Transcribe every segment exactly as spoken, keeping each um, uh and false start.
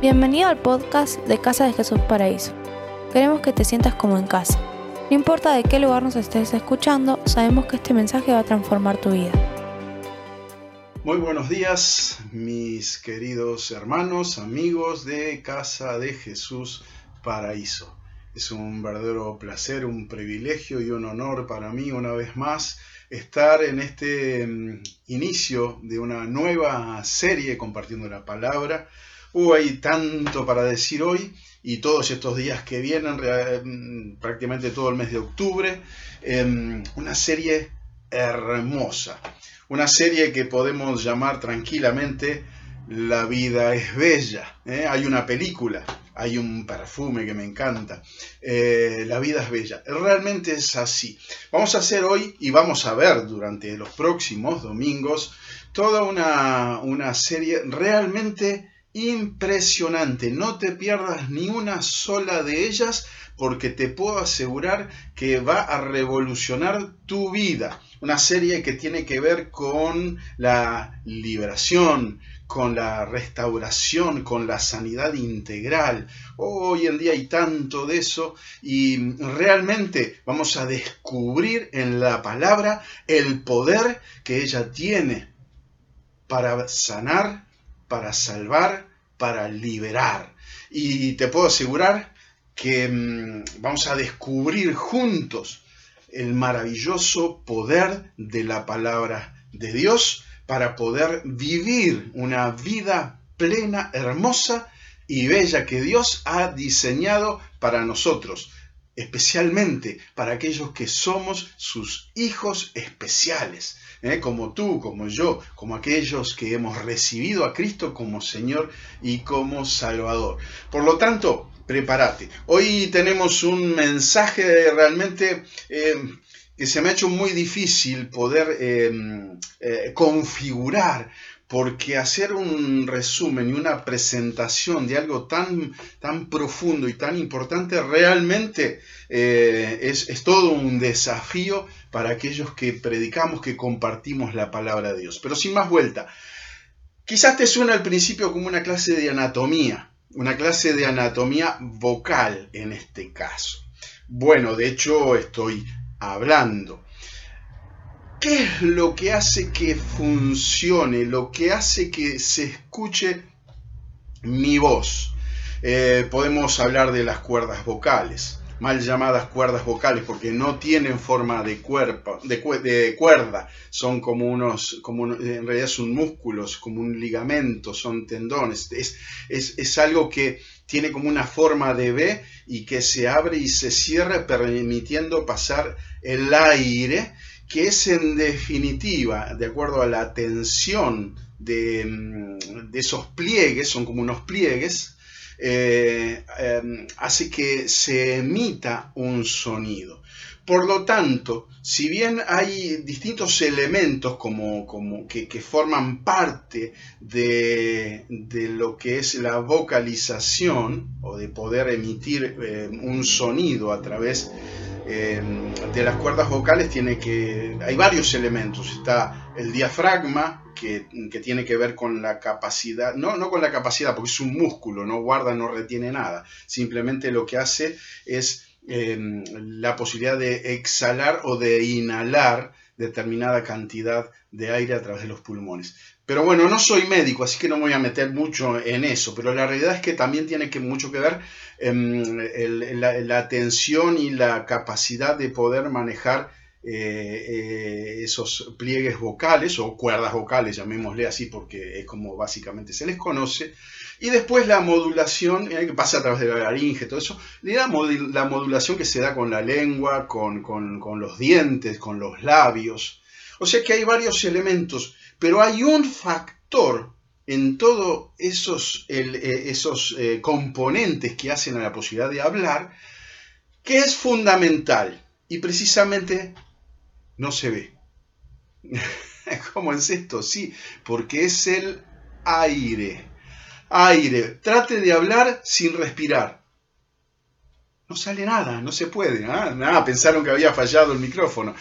Bienvenido al podcast de Casa de Jesús Paraíso. Queremos que te sientas como en casa. No importa de qué lugar nos estés escuchando, sabemos que este mensaje va a transformar tu vida. Muy buenos días, mis queridos hermanos, amigos de Casa de Jesús Paraíso. Es un verdadero placer, un privilegio y un honor para mí una vez más estar en este um, inicio de una nueva serie compartiendo la palabra. Uh, hay tanto para decir hoy y todos estos días que vienen, um, prácticamente todo el mes de octubre, um, una serie hermosa. Una serie que podemos llamar tranquilamente La vida es bella. ¿eh? Hay una película, hay un perfume que me encanta. Eh, La vida es bella. Realmente es así. Vamos a hacer hoy y vamos a ver durante los próximos domingos toda una, una serie realmente impresionante. No te pierdas ni una sola de ellas porque te puedo asegurar que va a revolucionar tu vida. Una serie que tiene que ver con la liberación, con la restauración, con la sanidad integral. Hoy en día hay tanto de eso y realmente vamos a descubrir en la palabra el poder que ella tiene para sanar, para salvar, para liberar. Y te puedo asegurar que mmm, vamos a descubrir juntos el maravilloso poder de la palabra de Dios para poder vivir una vida plena, hermosa y bella que Dios ha diseñado para nosotros, especialmente para aquellos que somos sus hijos especiales, ¿eh? como tú, como yo, como aquellos que hemos recibido a Cristo como Señor y como Salvador. Por lo tanto, prepárate. Hoy tenemos un mensaje realmente eh, que se me ha hecho muy difícil poder eh, eh, configurar, porque hacer un resumen y una presentación de algo tan, tan profundo y tan importante realmente eh, es, es todo un desafío para aquellos que predicamos, que compartimos la palabra de Dios. Pero sin más vuelta, quizás te suena al principio como una clase de anatomía. Una clase de anatomía vocal en este caso. Bueno, de hecho estoy hablando. ¿Qué es lo que hace que funcione, lo que hace que se escuche mi voz? Eh, podemos hablar de las cuerdas vocales, mal llamadas cuerdas vocales porque no tienen forma de cuerpo, de, cu de cuerda, son como unos, como un, en realidad son músculos, como un ligamento, son tendones, es, es, es algo que tiene como una forma de V y que se abre y se cierra permitiendo pasar el aire, que es en definitiva, de acuerdo a la tensión de, de esos pliegues, son como unos pliegues, Eh, eh, hace que se emita un sonido. Por lo tanto, si bien hay distintos elementos como, como que, que forman parte de, de lo que es la vocalización o de poder emitir eh, un sonido a través eh, de las cuerdas vocales, tiene que, hay varios elementos. Está el diafragma, Que, que tiene que ver con la capacidad, no, no con la capacidad, porque es un músculo, no guarda, no retiene nada, simplemente lo que hace es eh, la posibilidad de exhalar o de inhalar determinada cantidad de aire a través de los pulmones. Pero bueno, no soy médico, así que no me voy a meter mucho en eso, pero la realidad es que también tiene que, mucho que ver eh, el, la, la tensión y la capacidad de poder manejar Eh, eh, esos pliegues vocales o cuerdas vocales, llamémosle así porque es como básicamente se les conoce, y después la modulación eh, que pasa a través de la laringe, todo eso, la, mod la modulación que se da con la lengua, con, con, con los dientes, con los labios. O sea que hay varios elementos, pero hay un factor en todos esos, el, eh, esos eh, componentes que hacen a la posibilidad de hablar, que es fundamental y precisamente no se ve. ¿Cómo es esto? Sí, porque es el aire. Aire. Trate de hablar sin respirar. No sale nada, no se puede. ¿eh? Nada, pensaron que había fallado el micrófono.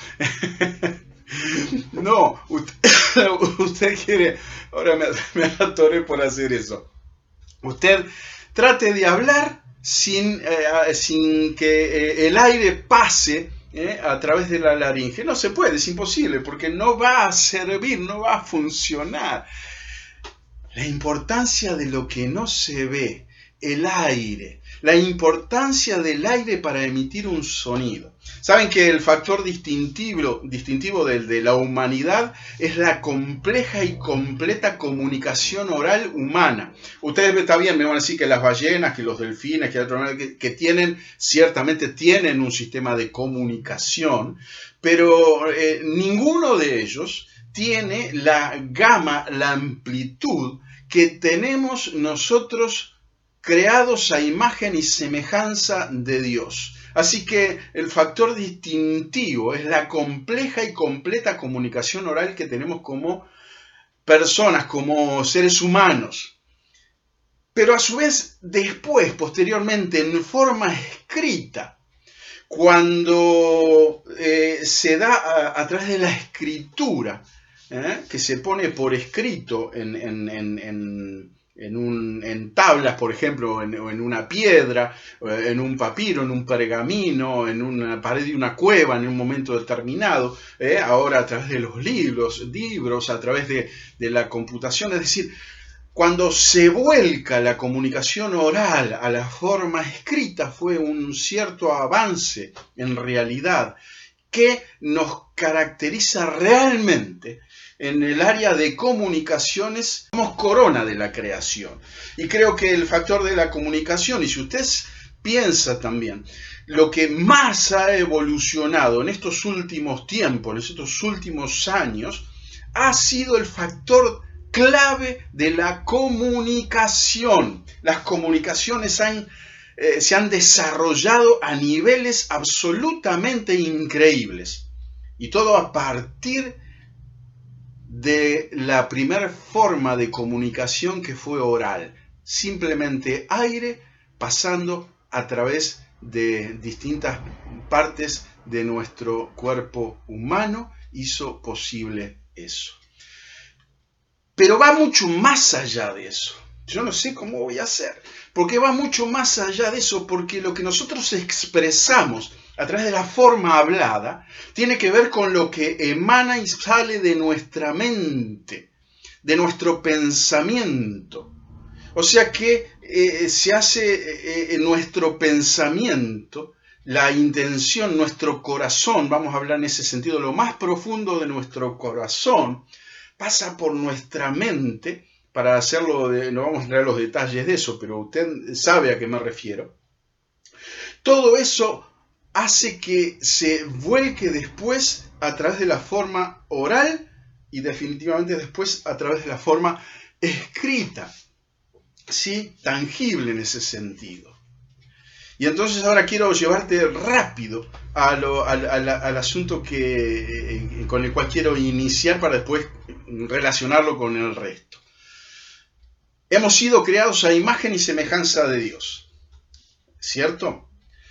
No, usted, usted quiere... Ahora me, me atoré por hacer eso. Usted trate de hablar sin, eh, sin que eh, el aire pase eh, a través de la laringe. No se puede, es imposible, porque no va a servir, no va a funcionar. La importancia de lo que no se ve, el aire, la importancia del aire para emitir un sonido. Saben que el factor distintivo, distintivo de, de la humanidad es la compleja y completa comunicación oral humana. Ustedes está bien, me van a decir que las ballenas, que los delfines, que, que, que tienen, ciertamente tienen un sistema de comunicación, pero eh, ninguno de ellos tiene la gama, la amplitud que tenemos nosotros creados a imagen y semejanza de Dios. Así que el factor distintivo es la compleja y completa comunicación oral que tenemos como personas, como seres humanos. Pero a su vez, después, posteriormente, en forma escrita, cuando eh, se da a, a través de la escritura, ¿eh? que se pone por escrito en, en, en, en, en, un, en tablas, por ejemplo, en, en una piedra, en un papiro, en un pergamino, en una pared de una cueva en un momento determinado, ¿eh? ahora a través de los libros, libros, a través de, de la computación, es decir, cuando se vuelca la comunicación oral a la forma escrita fue un cierto avance en realidad que nos caracteriza realmente en el área de comunicaciones. Somos corona de la creación. Y creo que el factor de la comunicación, y si usted piensa también, lo que más ha evolucionado en estos últimos tiempos, en estos últimos años, ha sido el factor clave de la comunicación. Las comunicaciones han, eh, se han desarrollado a niveles absolutamente increíbles. Y todo a partir de la primera forma de comunicación que fue oral. Simplemente aire pasando a través de distintas partes de nuestro cuerpo humano hizo posible eso. Pero va mucho más allá de eso. Yo no sé cómo voy a hacer, porque va mucho más allá de eso, porque lo que nosotros expresamos a través de la forma hablada tiene que ver con lo que emana y sale de nuestra mente, de nuestro pensamiento. O sea que eh, se hace eh, nuestro pensamiento, la intención, nuestro corazón, vamos a hablar en ese sentido, lo más profundo de nuestro corazón, pasa por nuestra mente. Para hacerlo, de, no vamos a traer los detalles de eso, pero usted sabe a qué me refiero. Todo eso hace que se vuelque después a través de la forma oral y definitivamente después a través de la forma escrita, ¿sí? Tangible en ese sentido. Y entonces ahora quiero llevarte rápido a lo, al, al, al asunto que, con el cual quiero iniciar para después relacionarlo con el resto. Hemos sido creados a imagen y semejanza de Dios, ¿cierto?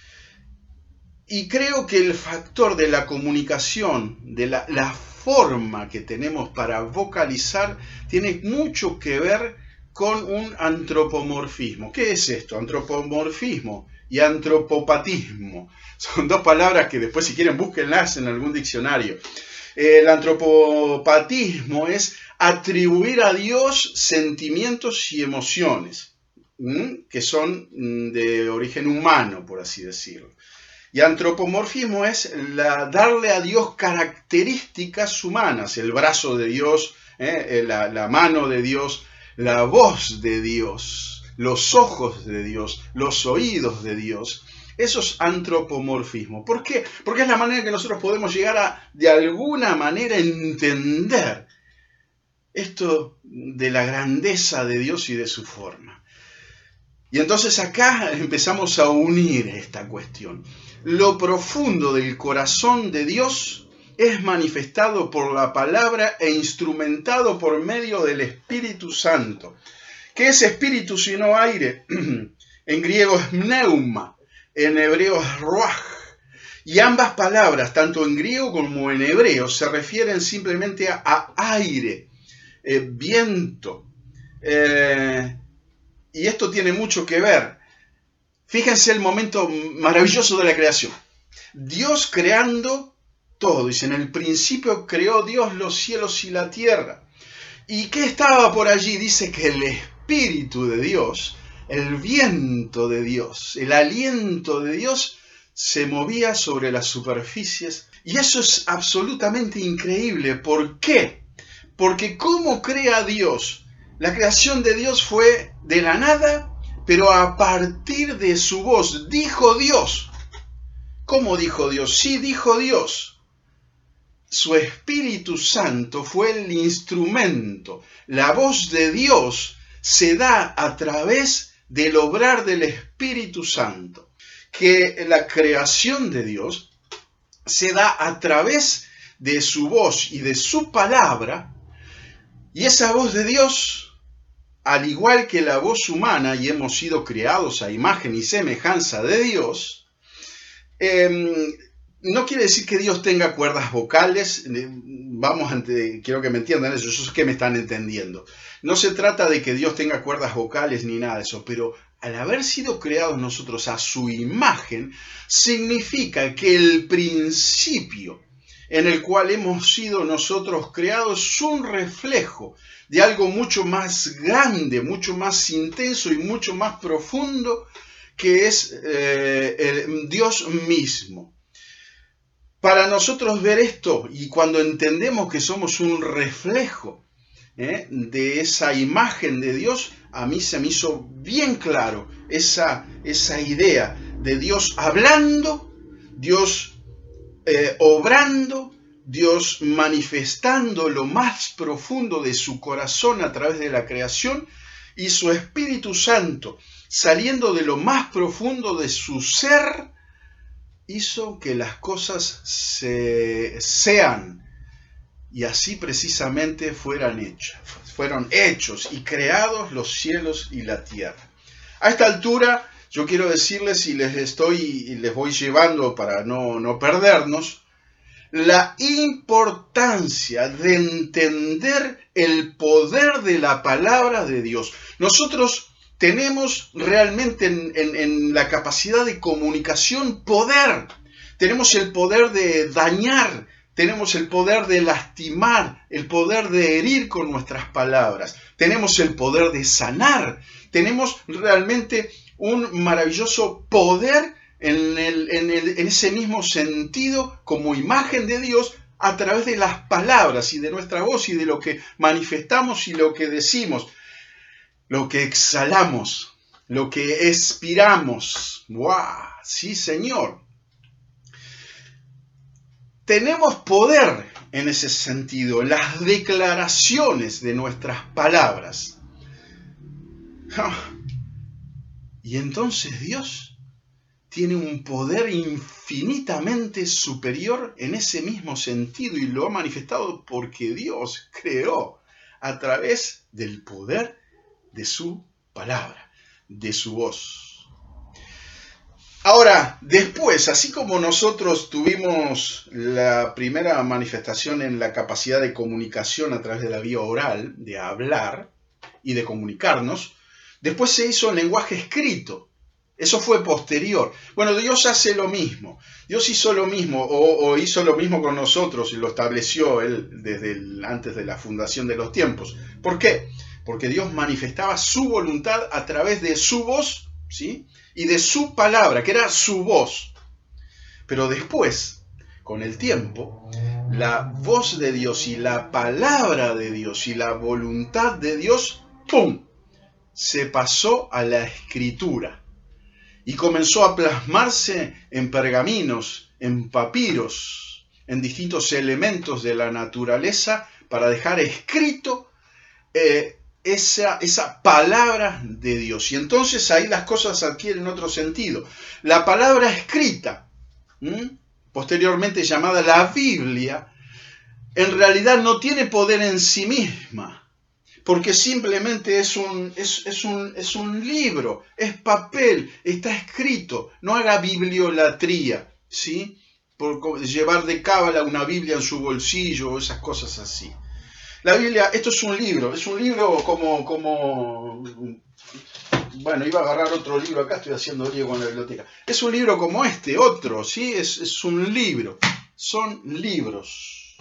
Y creo que el factor de la comunicación, de la, la forma que tenemos para vocalizar, tiene mucho que ver con un antropomorfismo. ¿Qué es esto? Antropomorfismo y antropopatismo. Son dos palabras que después, si quieren, búsquenlas en algún diccionario. El antropopatismo es atribuir a Dios sentimientos y emociones, ¿m? que son de origen humano, por así decirlo. Y antropomorfismo es la, darle a Dios características humanas, el brazo de Dios, ¿eh? la, la mano de Dios, la voz de Dios, los ojos de Dios, los oídos de Dios. Eso es antropomorfismo. ¿Por qué? Porque es la manera en que nosotros podemos llegar a, de alguna manera, entender esto de la grandeza de Dios y de su forma. Y entonces acá empezamos a unir esta cuestión. Lo profundo del corazón de Dios es manifestado por la palabra e instrumentado por medio del Espíritu Santo. ¿Qué es espíritu sino aire? En griego es pneuma, en hebreo es ruach. Y ambas palabras, tanto en griego como en hebreo, se refieren simplemente a, a aire, eh, viento. Eh, y, y esto tiene mucho que ver. Fíjense el momento maravilloso de la creación. Dios creando todo. Dice, en el principio creó Dios los cielos y la tierra. ¿Y qué estaba por allí? Dice que el Espíritu de Dios, el viento de Dios, el aliento de Dios se movía sobre las superficies. Y eso es absolutamente increíble. ¿Por qué? Porque ¿cómo crea Dios? La creación de Dios fue de la nada, pero a partir de su voz. Dijo Dios. ¿Cómo dijo Dios? Sí, dijo Dios. Su Espíritu Santo fue el instrumento. La voz de Dios se da a través del obrar del Espíritu Santo. Que la creación de Dios se da a través de su voz y de su palabra. Y esa voz de Dios, al igual que la voz humana, y hemos sido creados a imagen y semejanza de Dios, eh, no quiere decir que Dios tenga cuerdas vocales. Vamos, ante, quiero que me entiendan eso, eso es que me están entendiendo. No se trata de que Dios tenga cuerdas vocales ni nada de eso, pero al haber sido creados nosotros a su imagen, significa que el principio en el cual hemos sido nosotros creados es un reflejo de algo mucho más grande, mucho más intenso y mucho más profundo, que es eh, el Dios mismo. Para nosotros ver esto, y cuando entendemos que somos un reflejo ¿eh? de esa imagen de Dios, a mí se me hizo bien claro esa, esa idea de Dios hablando, Dios eh, obrando, Dios manifestando lo más profundo de su corazón a través de la creación, y su Espíritu Santo saliendo de lo más profundo de su ser, hizo que las cosas se, sean, y así precisamente fueran hechas, fueron hechos y creados los cielos y la tierra. A esta altura yo quiero decirles, y les estoy y les voy llevando para no, no perdernos, la importancia de entender el poder de la palabra de Dios. Nosotros tenemos realmente en, en, en la capacidad de comunicación poder. Tenemos el poder de dañar, tenemos el poder de lastimar, el poder de herir con nuestras palabras. Tenemos el poder de sanar. Tenemos realmente un maravilloso poder en, el, en, el, en ese mismo sentido como imagen de Dios a través de las palabras y de nuestra voz y de lo que manifestamos y lo que decimos. Lo que exhalamos, lo que expiramos. ¡Wow! Sí, Señor. Tenemos poder en ese sentido, las declaraciones de nuestras palabras. Y entonces Dios tiene un poder infinitamente superior en ese mismo sentido, y lo ha manifestado porque Dios creó a través del poder de su palabra, de su voz. Ahora, después, así como nosotros tuvimos la primera manifestación en la capacidad de comunicación a través de la vía oral, de hablar y de comunicarnos, después se hizo el lenguaje escrito. Eso fue posterior. Bueno, Dios hace lo mismo. Dios hizo lo mismo, o, o hizo lo mismo con nosotros, y lo estableció Él desde el, antes de la fundación de los tiempos. ¿Por qué? Porque Dios manifestaba su voluntad a través de su voz, ¿sí? Y de su palabra, que era su voz. Pero después, con el tiempo, la voz de Dios y la palabra de Dios y la voluntad de Dios, ¡pum!, se pasó a la escritura y comenzó a plasmarse en pergaminos, en papiros, en distintos elementos de la naturaleza, para dejar escrito eh, Esa, esa palabra de Dios. Y entonces ahí las cosas adquieren otro sentido. La palabra escrita, ¿m? posteriormente llamada la Biblia, en realidad no tiene poder en sí misma, porque simplemente es un, es, es un, es un libro, es papel, está escrito. No haga bibliolatría, ¿sí? Por llevar de cábala una Biblia en su bolsillo o esas cosas así. La Biblia, esto es un libro, es un libro como, como bueno, iba a agarrar otro libro acá, estoy haciendo lío con la biblioteca. Es un libro como este, otro, ¿sí? Es, es un libro. Son libros.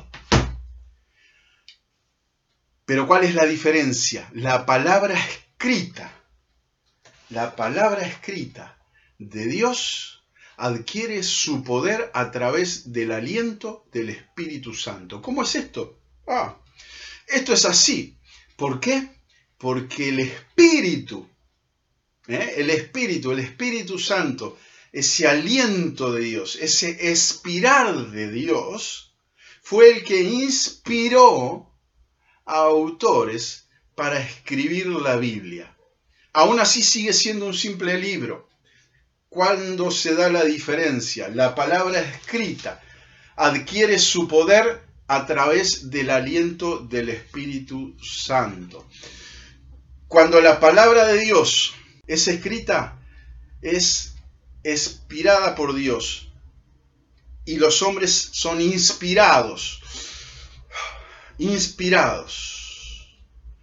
Pero ¿cuál es la diferencia? La palabra escrita, la palabra escrita de Dios adquiere su poder a través del aliento del Espíritu Santo. ¿Cómo es esto? Ah, esto es así. ¿Por qué? Porque el Espíritu, ¿eh? el Espíritu, el Espíritu Santo, ese aliento de Dios, ese expirar de Dios, fue el que inspiró a autores para escribir la Biblia. Aún así sigue siendo un simple libro. ¿Cuándo se da la diferencia? La palabra escrita adquiere su poder a través del aliento del Espíritu Santo. Cuando la palabra de Dios es escrita, es inspirada por Dios. Y los hombres son inspirados. Inspirados.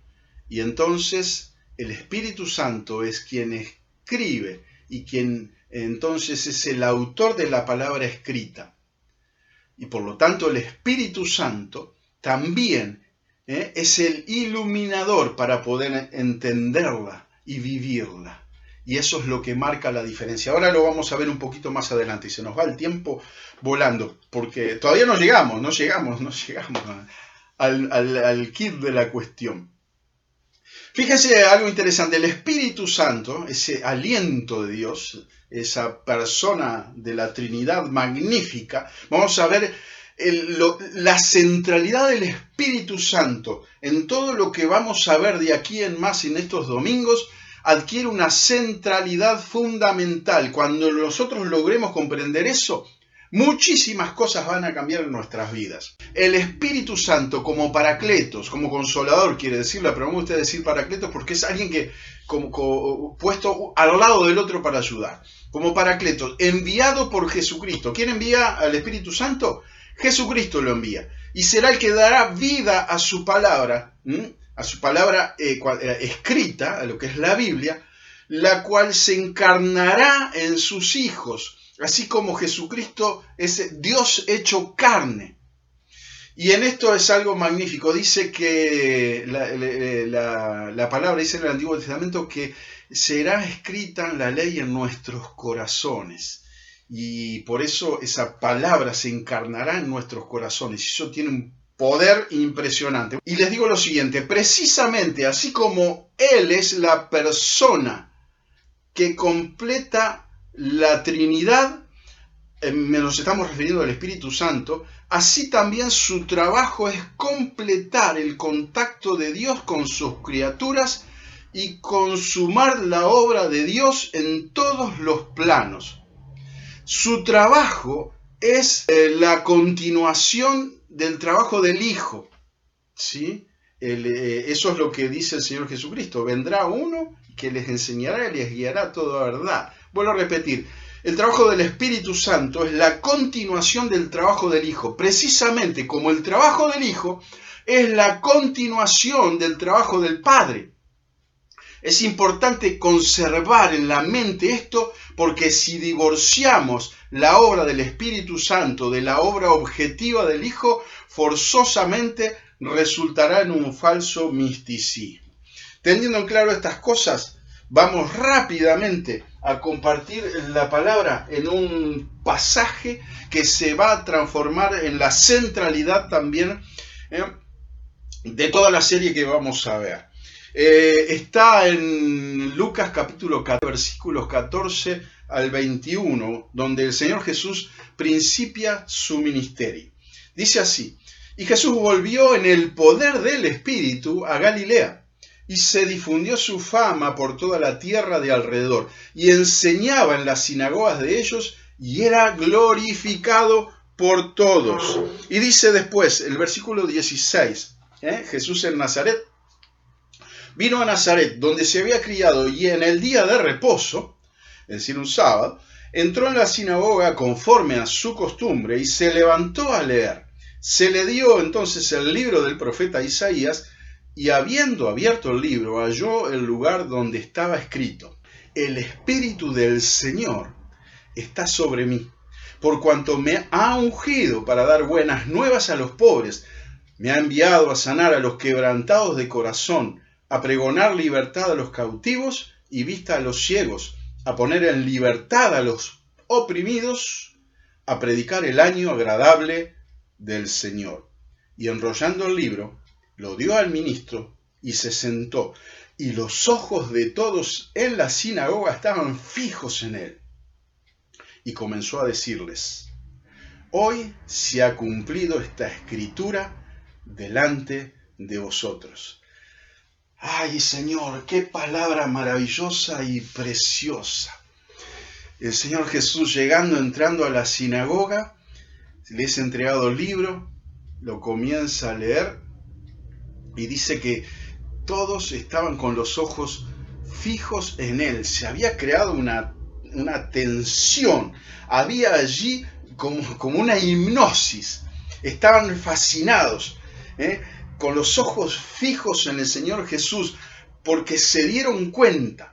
Y entonces el Espíritu Santo es quien escribe y quien entonces es el autor de la palabra escrita. Y por lo tanto el Espíritu Santo también ¿eh? es el iluminador para poder entenderla y vivirla. Y eso es lo que marca la diferencia. Ahora lo vamos a ver un poquito más adelante y se nos va el tiempo volando, porque todavía no llegamos, no llegamos, no llegamos al, al, al kit de la cuestión. Fíjense algo interesante, el Espíritu Santo, ese aliento de Dios, esa persona de la Trinidad magnífica, vamos a ver el, lo, la centralidad del Espíritu Santo en todo lo que vamos a ver de aquí en más en estos domingos, adquiere una centralidad fundamental. Cuando nosotros logremos comprender eso, muchísimas cosas van a cambiar en nuestras vidas. El Espíritu Santo como paracletos, como consolador, quiere decirlo, pero me gusta decir paracletos porque es alguien que como, como, puesto al lado del otro para ayudar. Como paracletos, enviado por Jesucristo. ¿Quién envía al Espíritu Santo? Jesucristo lo envía. Y será el que dará vida a su palabra, ¿m? a su palabra eh, escrita, a lo que es la Biblia, la cual se encarnará en sus hijos. Así como Jesucristo es Dios hecho carne. Y en esto es algo magnífico. Dice que la, la, la palabra dice en el Antiguo Testamento que será escrita la ley en nuestros corazones. Y por eso esa palabra se encarnará en nuestros corazones. Y eso tiene un poder impresionante. Y les digo lo siguiente, precisamente así como Él es la persona que completa la Trinidad, eh, nos estamos refiriendo al Espíritu Santo, así también su trabajo es completar el contacto de Dios con sus criaturas y consumar la obra de Dios en todos los planos. Su trabajo es eh, la continuación del trabajo del Hijo, ¿sí? El, eh, eso es lo que dice el Señor Jesucristo. Vendrá uno que les enseñará y les guiará toda verdad. Vuelvo a repetir, el trabajo del Espíritu Santo es la continuación del trabajo del Hijo, precisamente como el trabajo del Hijo es la continuación del trabajo del Padre. Es importante conservar en la mente esto, porque si divorciamos la obra del Espíritu Santo de la obra objetiva del Hijo, forzosamente resultará en un falso misticismo. Teniendo en claro estas cosas, vamos rápidamente a compartir la palabra en un pasaje que se va a transformar en la centralidad también ¿eh? de toda la serie que vamos a ver. Eh, está en Lucas capítulo catorce, versículos catorce al veintiuno, donde el Señor Jesús principia su ministerio. Dice así: y Jesús volvió en el poder del Espíritu a Galilea, y se difundió su fama por toda la tierra de alrededor, y enseñaba en las sinagogas de ellos, y era glorificado por todos. Y dice después, el versículo dieciséis, ¿eh? Jesús en Nazaret, vino a Nazaret, donde se había criado, y en el día de reposo, es decir, un sábado, entró en la sinagoga conforme a su costumbre, y se levantó a leer. Se le dio entonces el libro del profeta Isaías, y habiendo abierto el libro, halló el lugar donde estaba escrito: el Espíritu del Señor está sobre mí, por cuanto me ha ungido para dar buenas nuevas a los pobres, me ha enviado a sanar a los quebrantados de corazón, a pregonar libertad a los cautivos y vista a los ciegos, a poner en libertad a los oprimidos, a predicar el año agradable del Señor. Y enrollando el libro, lo dio al ministro y se sentó, y los ojos de todos en la sinagoga estaban fijos en él. Y comenzó a decirles: hoy se ha cumplido esta escritura delante de vosotros. ¡Ay, Señor! ¡Qué palabra maravillosa y preciosa! El Señor Jesús, llegando, entrando a la sinagoga, le es entregado el libro, lo comienza a leer y dice que todos estaban con los ojos fijos en él. Se había creado una, una tensión, había allí como, como una hipnosis. Estaban fascinados, ¿eh? con los ojos fijos en el Señor Jesús, porque se dieron cuenta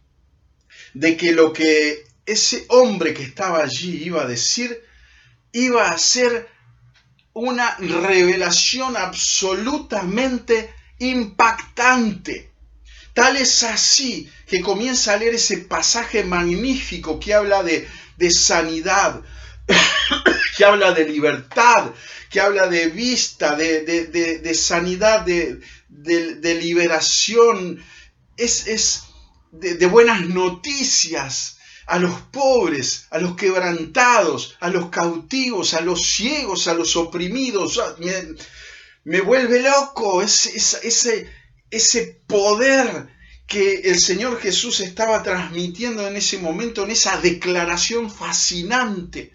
de que lo que ese hombre que estaba allí iba a decir, iba a ser una revelación absolutamente impactante. Tal es así que comienza a leer ese pasaje magnífico que habla de, de sanidad, que habla de libertad, que habla de vista, de, de, de, de sanidad, de, de, de liberación, es, es de, de buenas noticias a los pobres, a los quebrantados, a los cautivos, a los ciegos, a los oprimidos. Me, me vuelve loco ese, ese, ese poder que el Señor Jesús estaba transmitiendo en ese momento, en esa declaración fascinante.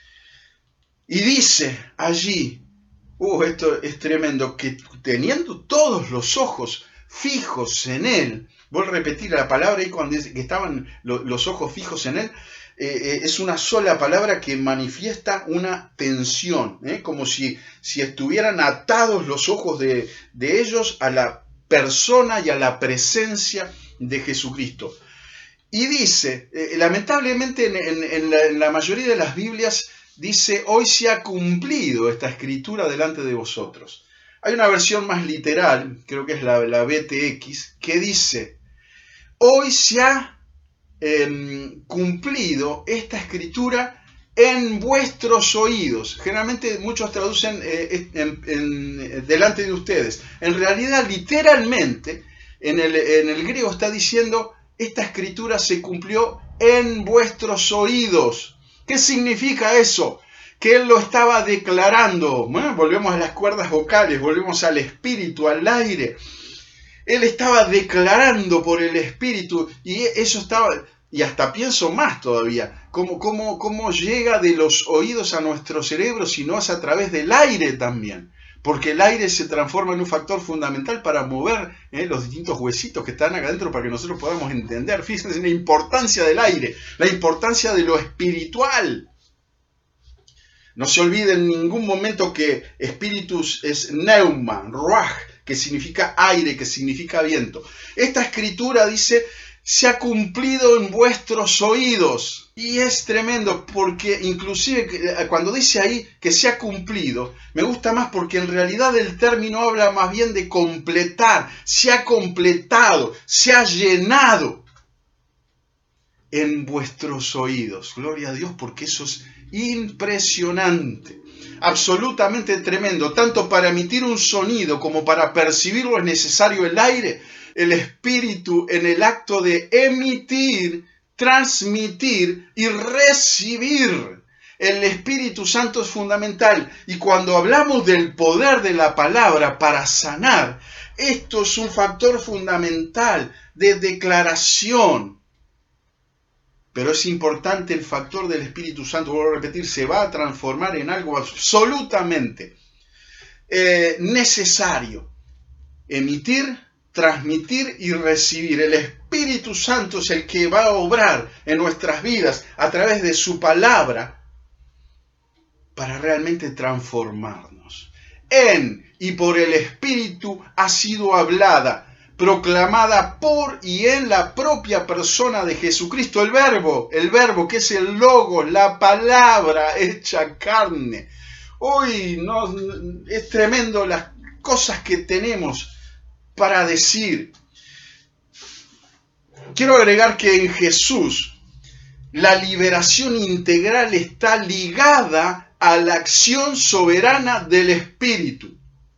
Y dice allí, uh, esto es tremendo, que teniendo todos los ojos fijos en él, voy a repetir la palabra ahí cuando dice que estaban lo, los ojos fijos en él, eh, eh, es una sola palabra que manifiesta una tensión, ¿eh? como si, si estuvieran atados los ojos de, de ellos a la persona y a la presencia de Jesucristo. Y dice, eh, lamentablemente en, en, en, la, en la mayoría de las Biblias dice: hoy se ha cumplido esta escritura delante de vosotros. Hay una versión más literal, creo que es la, la B T X, que dice: hoy se ha eh, cumplido esta escritura en vuestros oídos. Generalmente muchos traducen eh, en, en, delante de ustedes. En realidad, literalmente, en el, en el griego está diciendo: esta escritura se cumplió en vuestros oídos. ¿Qué significa eso? Que él lo estaba declarando. Bueno, volvemos a las cuerdas vocales, volvemos al espíritu, al aire. Él estaba declarando por el espíritu, y eso estaba, y hasta pienso más todavía, cómo, cómo, cómo llega de los oídos a nuestro cerebro si no es a través del aire también. Porque el aire se transforma en un factor fundamental para mover eh, los distintos huesitos que están acá adentro para que nosotros podamos entender. Fíjense en la importancia del aire, la importancia de lo espiritual. No se olvide en ningún momento que espíritus es neuma, ruach, que significa aire, que significa viento. Esta escritura dice: se ha cumplido en vuestros oídos. Y es tremendo porque inclusive cuando dice ahí que se ha cumplido, me gusta más porque en realidad el término habla más bien de completar. Se ha completado, se ha llenado en vuestros oídos. Gloria a Dios, porque eso es impresionante, absolutamente tremendo. Tanto para emitir un sonido como para percibirlo es necesario el aire. El espíritu, en el acto de emitir, transmitir y recibir, el Espíritu Santo es fundamental. Y cuando hablamos del poder de la palabra para sanar, esto es un factor fundamental de declaración. Pero es importante el factor del Espíritu Santo, vuelvo a repetir, se va a transformar en algo absolutamente eh, necesario. Emitir, transmitir y recibir. El Espíritu Santo es el que va a obrar en nuestras vidas a través de su palabra para realmente transformarnos. En y por el Espíritu ha sido hablada proclamada por y en la propia persona de Jesucristo, el verbo, el verbo que es el logos, la palabra hecha carne. Hoy no, es tremendo las cosas que tenemos para decir. Quiero agregar que en Jesús la liberación integral está ligada a la acción soberana del Espíritu.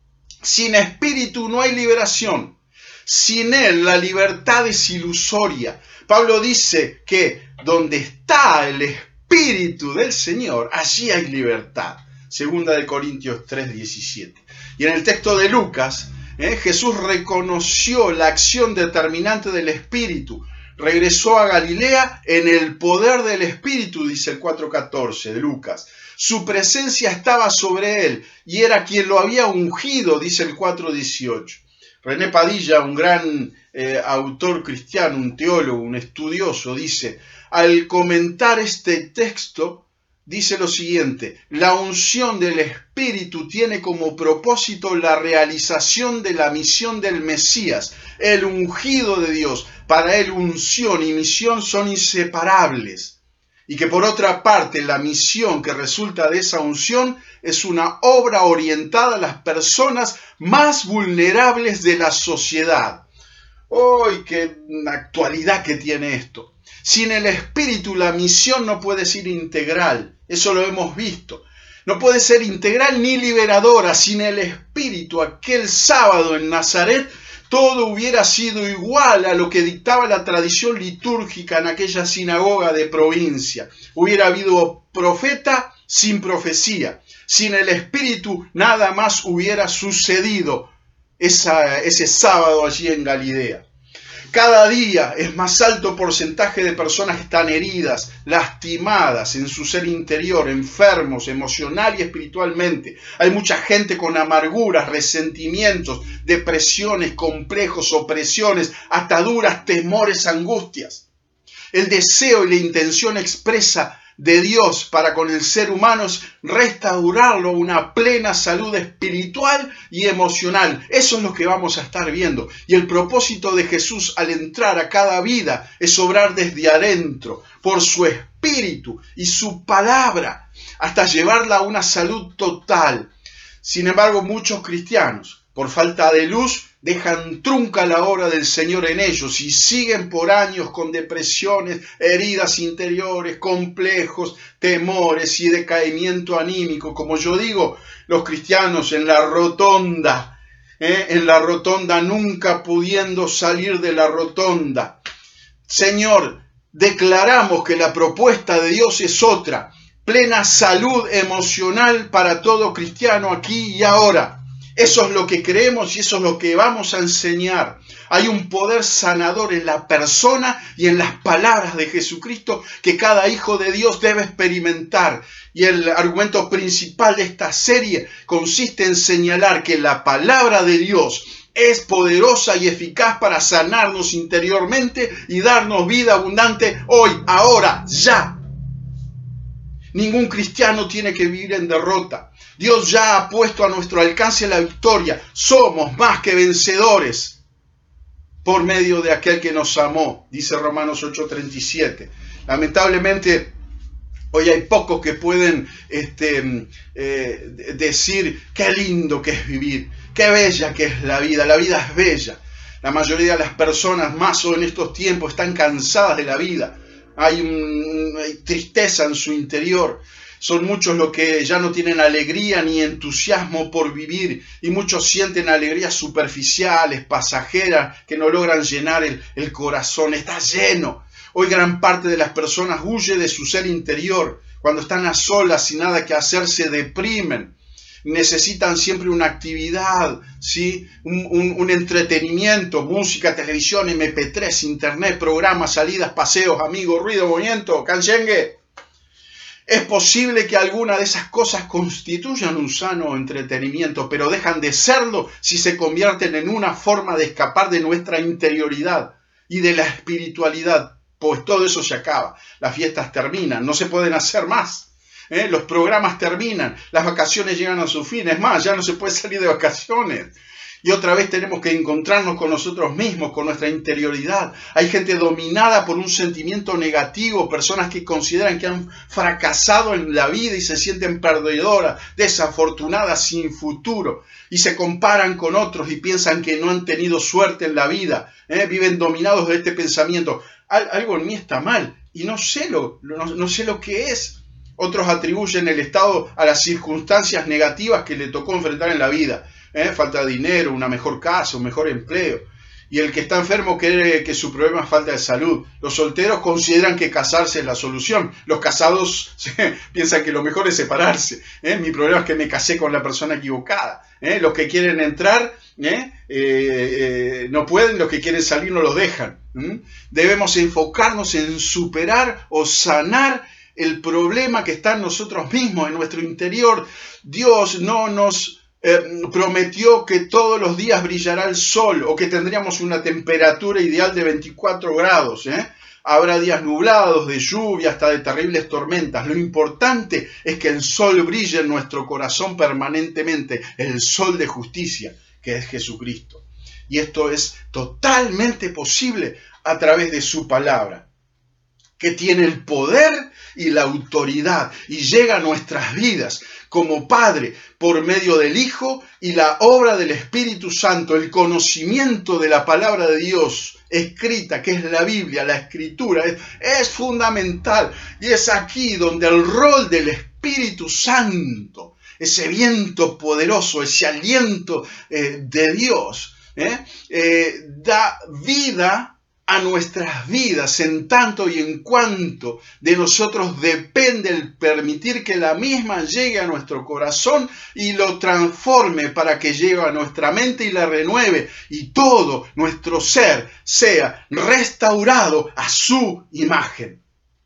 Sin Espíritu no hay liberación. Sin Él la libertad es ilusoria. Pablo dice que donde está el Espíritu del Señor, allí hay libertad. Segunda de Corintios tres, diecisiete. Y en el texto de Lucas, eh, Jesús reconoció la acción determinante del Espíritu. Regresó a Galilea en el poder del Espíritu, dice el cuatro catorce de Lucas. Su presencia estaba sobre él y era quien lo había ungido, dice el cuatro dieciocho. René Padilla, un gran eh, autor cristiano, un teólogo, un estudioso, dice, al comentar este texto, dice lo siguiente: la unción del Espíritu tiene como propósito la realización de la misión del Mesías, el ungido de Dios. Para él unción y misión son inseparables. Y que por otra parte la misión que resulta de esa unción es una obra orientada a las personas más vulnerables de la sociedad. ¡Uy, qué actualidad que tiene esto! Sin el Espíritu la misión no puede ser integral, eso lo hemos visto. No puede ser integral ni liberadora. Sin el Espíritu, aquel sábado en Nazaret, todo hubiera sido igual a lo que dictaba la tradición litúrgica en aquella sinagoga de provincia. Hubiera habido profeta sin profecía. Sin el Espíritu nada más hubiera sucedido esa, ese sábado allí en Galilea. Cada día es más alto porcentaje de personas que están heridas, lastimadas en su ser interior, enfermos emocional y espiritualmente. Hay mucha gente con amarguras, resentimientos, depresiones, complejos, opresiones, ataduras, temores, angustias. El deseo y la intención expresa de Dios para con el ser humano es restaurarlo a una plena salud espiritual y emocional. Eso es lo que vamos a estar viendo. Y el propósito de Jesús al entrar a cada vida es obrar desde adentro, por su espíritu y su palabra, hasta llevarla a una salud total. Sin embargo, muchos cristianos, por falta de luz, dejan trunca la obra del Señor en ellos y siguen por años con depresiones, heridas interiores, complejos, temores y decaimiento anímico. Como yo digo, los cristianos en la rotonda, ¿eh? en la rotonda, nunca pudiendo salir de la rotonda. Señor, declaramos que la propuesta de Dios es otra, plena salud emocional para todo cristiano aquí y ahora. Eso es lo que creemos y eso es lo que vamos a enseñar. Hay un poder sanador en la persona y en las palabras de Jesucristo que cada hijo de Dios debe experimentar. Y el argumento principal de esta serie consiste en señalar que la palabra de Dios es poderosa y eficaz para sanarnos interiormente y darnos vida abundante hoy, ahora, ya. Ningún cristiano tiene que vivir en derrota. Dios ya ha puesto a nuestro alcance la victoria. Somos más que vencedores por medio de aquel que nos amó, dice Romanos ocho treinta y siete. Lamentablemente, hoy hay pocos que pueden este, eh, decir qué lindo que es vivir, qué bella que es la vida. La vida es bella. La mayoría de las personas, más o en estos tiempos, están cansadas de la vida. Hay, un, hay tristeza en su interior. Son muchos los que ya no tienen alegría ni entusiasmo por vivir y muchos sienten alegrías superficiales, pasajeras, que no logran llenar el, el corazón. Está lleno. Hoy gran parte de las personas huye de su ser interior. Cuando están a solas sin nada que hacer se deprimen. Necesitan siempre una actividad, ¿sí? un, un, un entretenimiento, música, televisión, eme pe tres, internet, programas, salidas, paseos, amigos, ruido, movimiento, canchengue. Es posible que alguna de esas cosas constituyan un sano entretenimiento, pero dejan de serlo si se convierten en una forma de escapar de nuestra interioridad y de la espiritualidad, pues todo eso se acaba. Las fiestas terminan, no se pueden hacer más. ¿Eh? Los programas terminan, las vacaciones llegan a su fin. Es más, ya no se puede salir de vacaciones. Y otra vez tenemos que encontrarnos con nosotros mismos, con nuestra interioridad. Hay gente dominada por un sentimiento negativo, personas que consideran que han fracasado en la vida y se sienten perdedoras, desafortunadas, sin futuro. Y se comparan con otros y piensan que no han tenido suerte en la vida. ¿eh? Viven dominados de este pensamiento. Al- algo en mí está mal y no sé lo, no, no sé lo que es. Otros atribuyen el estado a las circunstancias negativas que le tocó enfrentar en la vida. ¿eh? Falta de dinero, una mejor casa, un mejor empleo. Y el que está enfermo cree que su problema es falta de salud. Los solteros consideran que casarse es la solución. Los casados piensan que lo mejor es separarse. ¿eh? Mi problema es que me casé con la persona equivocada. ¿eh? Los que quieren entrar ¿eh? Eh, eh, no pueden, los que quieren salir no los dejan. ¿eh? Debemos enfocarnos en superar o sanar el problema que está en nosotros mismos, en nuestro interior. Dios no nos Eh, prometió que todos los días brillará el sol o que tendríamos una temperatura ideal de veinticuatro grados. ¿eh? Habrá días nublados, de lluvia, hasta de terribles tormentas. Lo importante es que el sol brille en nuestro corazón permanentemente, el sol de justicia, que es Jesucristo. Y esto es totalmente posible a través de su palabra, que tiene el poder y la autoridad y llega a nuestras vidas como Padre por medio del Hijo y la obra del Espíritu Santo, el conocimiento de la palabra de Dios escrita, que es la Biblia, la Escritura, es, es fundamental. Y es aquí donde el rol del Espíritu Santo, ese viento poderoso, ese aliento eh, de Dios, eh, eh, da vida a nuestras vidas, en tanto y en cuanto de nosotros depende el permitir que la misma llegue a nuestro corazón y lo transforme para que llegue a nuestra mente y la renueve y todo nuestro ser sea restaurado a su imagen.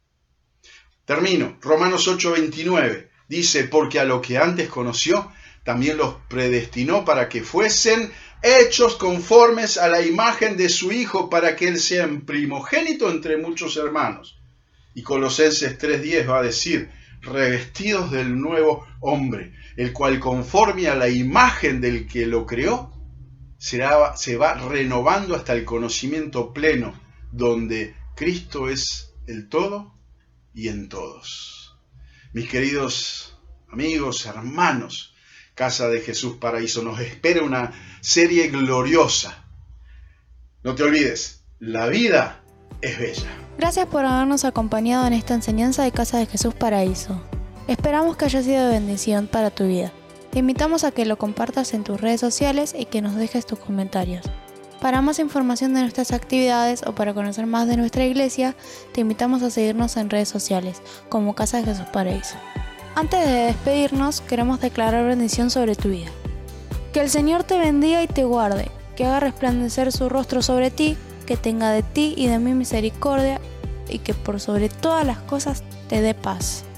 Termino. Romanos ocho veintinueve dice, porque a lo que antes conoció, también los predestinó para que fuesen hechos conformes a la imagen de su Hijo, para que Él sea un primogénito entre muchos hermanos. Y Colosenses tres diez va a decir, revestidos del nuevo hombre, el cual conforme a la imagen del que lo creó, será, se va renovando hasta el conocimiento pleno, donde Cristo es el todo y en todos. Mis queridos amigos, hermanos, Casa de Jesús Paraíso, nos espera una serie gloriosa. No te olvides, la vida es bella. Gracias por habernos acompañado en esta enseñanza de Casa de Jesús Paraíso. Esperamos que haya sido de bendición para tu vida. Te invitamos a que lo compartas en tus redes sociales y que nos dejes tus comentarios. Para más información de nuestras actividades o para conocer más de nuestra iglesia, te invitamos a seguirnos en redes sociales como Casa de Jesús Paraíso. Antes de despedirnos, queremos declarar bendición sobre tu vida. Que el Señor te bendiga y te guarde, que haga resplandecer su rostro sobre ti, que tenga de ti y de mí misericordia, y que por sobre todas las cosas te dé paz.